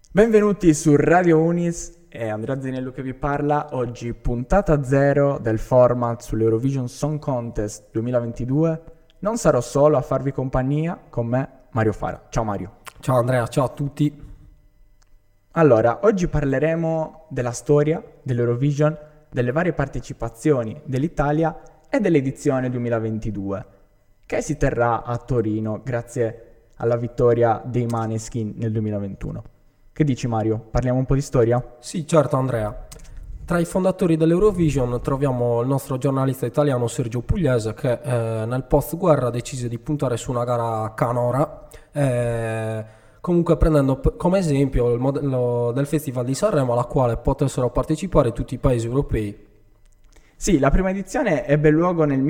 Benvenuti su Radio Unis, è Andrea Zinello che vi parla. Oggi puntata 0 del format sull'Eurovision Song Contest 2022. Non sarò solo a farvi compagnia, con me Mario Fara. Ciao Mario. Ciao Andrea, ciao a tutti. Allora, oggi parleremo della storia dell'Eurovision, delle varie partecipazioni dell'Italia e dell'edizione 2022, che si terrà a Torino grazie alla vittoria dei Maneskin nel 2021. Che dici Mario? Parliamo un po' di storia? Sì, certo Andrea. Tra i fondatori dell'Eurovision troviamo il nostro giornalista italiano Sergio Pugliese che nel post-guerra decise di puntare su una gara canora, comunque prendendo come esempio il modello del Festival di Sanremo alla quale potessero partecipare tutti i paesi europei. Sì, la prima edizione ebbe luogo nel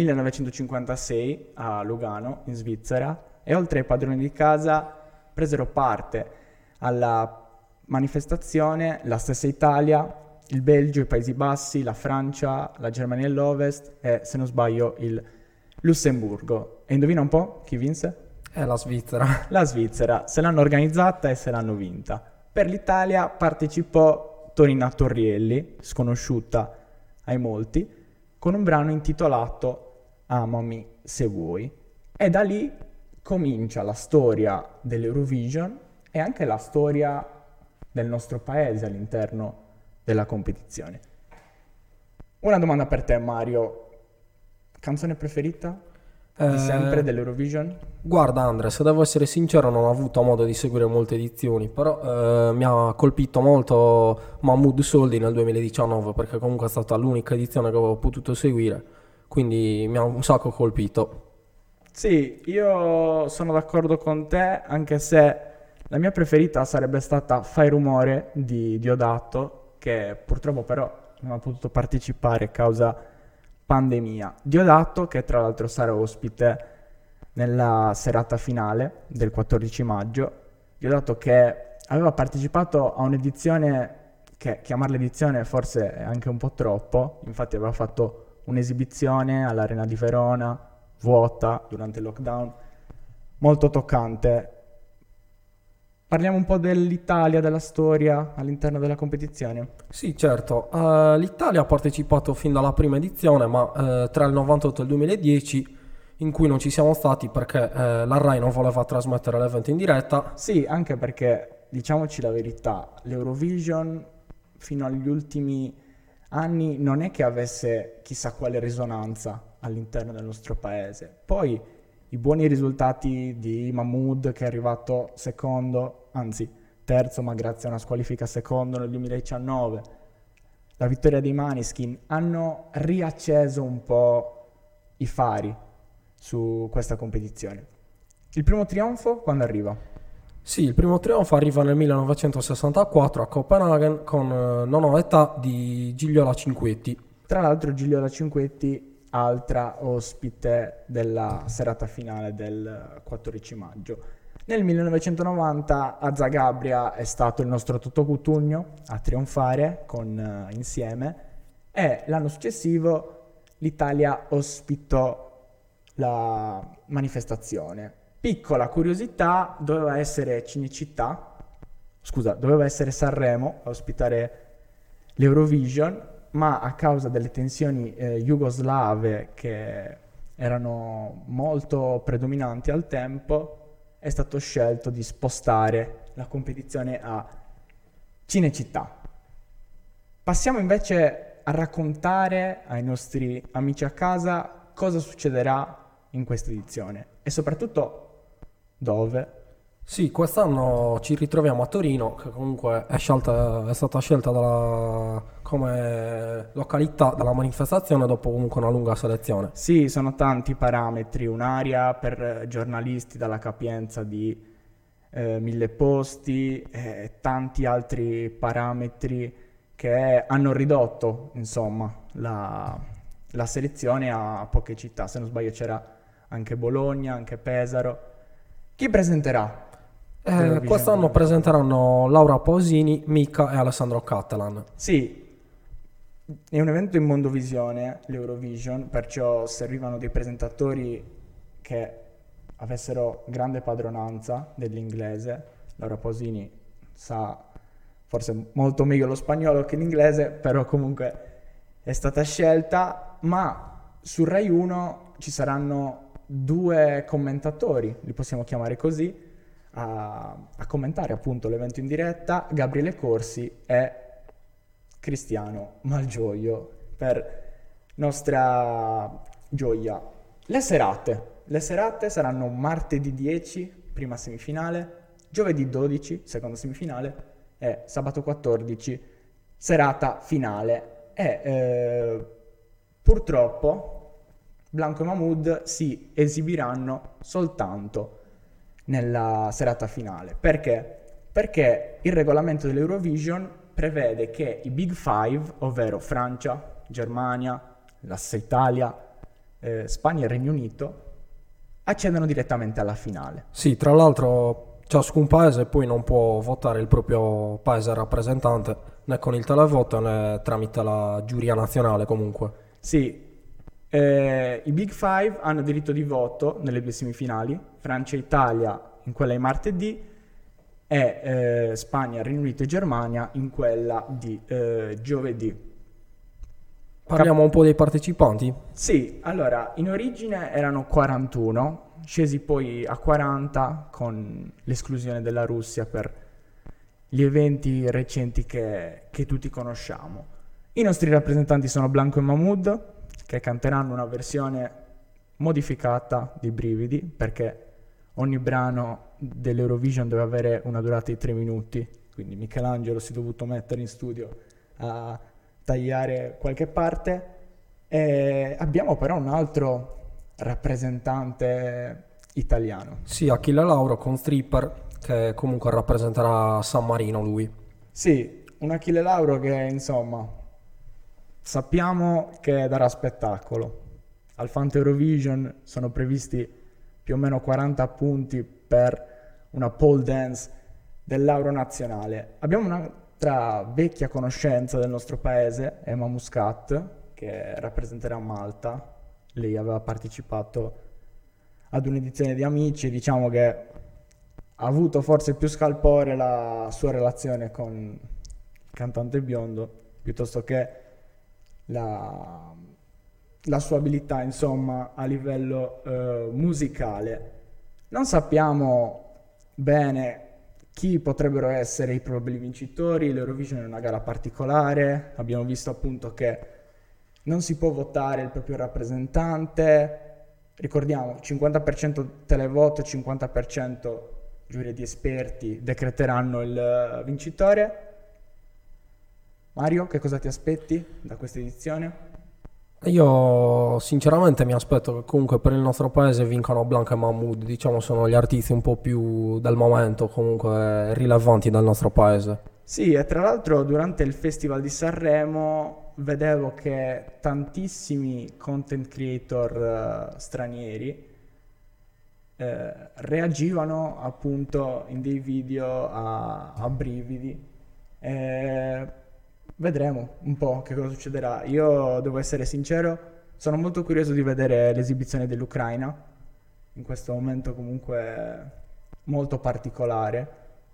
1956 a Lugano, in Svizzera, e oltre ai padroni di casa presero parte alla manifestazione la stessa Italia, il Belgio, i Paesi Bassi, la Francia, la Germania dell'Ovest e, se non sbaglio, il Lussemburgo. E indovina un po' chi vinse? È la Svizzera. La Svizzera. Se l'hanno organizzata e se l'hanno vinta. Per l'Italia partecipò Torina Torrielli, sconosciuta ai molti, con un brano intitolato Amami se vuoi. E da lì comincia la storia dell'Eurovision e anche la storia del nostro paese all'interno della competizione. Una domanda per te Mario, canzone preferita di sempre dell'Eurovision? Guarda Andrea, se devo essere sincero non ho avuto modo di seguire molte edizioni, però mi ha colpito molto Mahmood Soldi nel 2019 perché comunque è stata l'unica edizione che avevo potuto seguire, quindi mi ha un sacco colpito. Sì, io sono d'accordo con te, anche se la mia preferita sarebbe stata Fai rumore di Diodato, che purtroppo però non ha potuto partecipare causa pandemia. Diodato, che tra l'altro sarà ospite nella serata finale del 14 maggio. Diodato che aveva partecipato a un'edizione che chiamarla edizione forse è anche un po' troppo, infatti aveva fatto un'esibizione all'Arena di Verona, vuota durante il lockdown, molto toccante. Parliamo un po' dell'Italia, della storia all'interno della competizione. Sì, certo, l'Italia ha partecipato fin dalla prima edizione, ma tra il 98 e il 2010 in cui non ci siamo stati perché la Rai non voleva trasmettere l'evento in diretta. Sì, anche perché, diciamoci la verità, l'Eurovision fino agli ultimi anni non è che avesse chissà quale risonanza all'interno del nostro paese. Poi i buoni risultati di Mahmood che è arrivato secondo, anzi terzo, ma grazie a una squalifica secondo nel 2019, la vittoria dei Maneskin hanno riacceso un po' i fari su questa competizione. Il primo trionfo quando arriva? Sì, il primo trionfo arriva nel 1964 a Copenaghen con Non ho età di Gigliola Cinquetti. Tra l'altro Gigliola Cinquetti, altra ospite della serata finale del 14 maggio. Nel 1990 a Zagabria è stato il nostro Toto Cutugno a trionfare con Insieme e l'anno successivo l'Italia ospitò la manifestazione. Piccola curiosità, doveva essere Sanremo a ospitare l'Eurovision, ma a causa delle tensioni jugoslave che erano molto predominanti al tempo, è stato scelto di spostare la competizione a Cinecittà. Passiamo invece a raccontare ai nostri amici a casa cosa succederà in questa edizione e soprattutto dove. Sì, quest'anno ci ritroviamo a Torino, che comunque è stata scelta come località dalla manifestazione dopo comunque una lunga selezione. Sì, sono tanti parametri, un'area per giornalisti dalla capienza di 1000 posti e tanti altri parametri che hanno ridotto, insomma, la selezione a poche città. Se non sbaglio c'era anche Bologna, anche Pesaro. Chi presenterà l'Eurovision Quest'anno 2022? presenteranno Laura Pausini, Mika e Alessandro Catalan. Sì, è un evento in mondovisione, l'Eurovision, perciò servivano dei presentatori che avessero grande padronanza dell'inglese. Laura Pausini sa forse molto meglio lo spagnolo che l'inglese, però comunque è stata scelta, ma su Rai 1 ci saranno 2 commentatori, li possiamo chiamare così, a commentare appunto l'evento in diretta, Gabriele Corsi e Cristiano Malgioglio, per nostra gioia. Le serate saranno martedì 10, prima semifinale, giovedì 12, seconda semifinale, e sabato 14, serata finale. E purtroppo Blanco e Mahmood si esibiranno soltanto nella serata finale. Perché? Perché il regolamento dell'Eurovision prevede che i Big Five, ovvero Francia, Germania, l'Assa Italia, Spagna e Regno Unito, accedano direttamente alla finale. Sì, tra l'altro ciascun paese poi non può votare il proprio paese rappresentante né con il televoto né tramite la giuria nazionale comunque. Sì, i Big Five hanno diritto di voto nelle 2 semifinali, Francia e Italia in quella di martedì e Spagna, Regno Unito e Germania in quella di giovedì. Parliamo un po' dei partecipanti? Sì, allora, in origine erano 41, scesi poi a 40 con l'esclusione della Russia per gli eventi recenti che tutti conosciamo. I nostri rappresentanti sono Blanco e Mahmood, che canteranno una versione modificata di Brividi, perché ogni brano dell'Eurovision deve avere una durata di 3 minuti, quindi Michelangelo si è dovuto mettere in studio a tagliare qualche parte. E abbiamo però un altro rappresentante italiano. Sì, Achille Lauro con Stripper, che comunque rappresenterà San Marino lui. Sì, un Achille Lauro che insomma sappiamo che darà spettacolo. Al Fante Eurovision sono previsti più o meno 40 punti per una pole dance del Lauro nazionale. Abbiamo un'altra vecchia conoscenza del nostro paese, Emma Muscat, che rappresenterà Malta. Lei aveva partecipato ad un'edizione di Amici e diciamo che ha avuto forse più scalpore la sua relazione con il cantante biondo piuttosto che la sua abilità, insomma, a livello musicale. Non sappiamo bene chi potrebbero essere i probabili vincitori. L'Eurovision è una gara particolare, abbiamo visto appunto che non si può votare il proprio rappresentante. Ricordiamo, 50% televoto, 50% giuria di esperti decreteranno il vincitore. Mario, che cosa ti aspetti da questa edizione? Io sinceramente mi aspetto che comunque per il nostro paese vincano Blanco e Mahmood, diciamo sono gli artisti un po' più del momento, comunque rilevanti del nostro paese. Sì, e tra l'altro durante il Festival di Sanremo vedevo che tantissimi content creator stranieri reagivano appunto in dei video a Brividi. Vedremo un po' che cosa succederà. Io devo essere sincero, sono molto curioso di vedere l'esibizione dell'Ucraina in questo momento comunque molto particolare.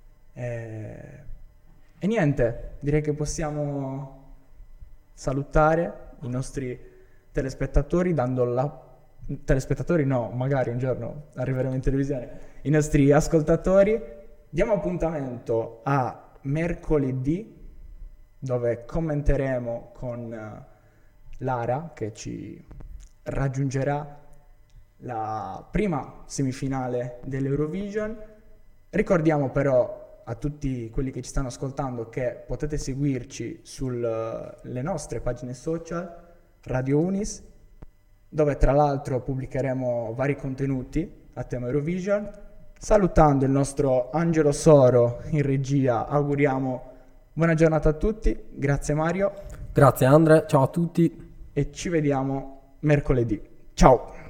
E niente, direi che possiamo salutare i nostri telespettatori telespettatori no, magari un giorno arriveremo in televisione, i nostri ascoltatori. Diamo appuntamento a mercoledì, dove commenteremo con Lara, che ci raggiungerà la prima semifinale dell'Eurovision. Ricordiamo però a tutti quelli che ci stanno ascoltando che potete seguirci sulle nostre pagine social, Radio Unis, dove tra l'altro pubblicheremo vari contenuti a tema Eurovision. Salutando il nostro Angelo Soro in regia, auguriamo buona giornata a tutti, grazie Mario. Grazie Andre, ciao a tutti. E ci vediamo mercoledì. Ciao!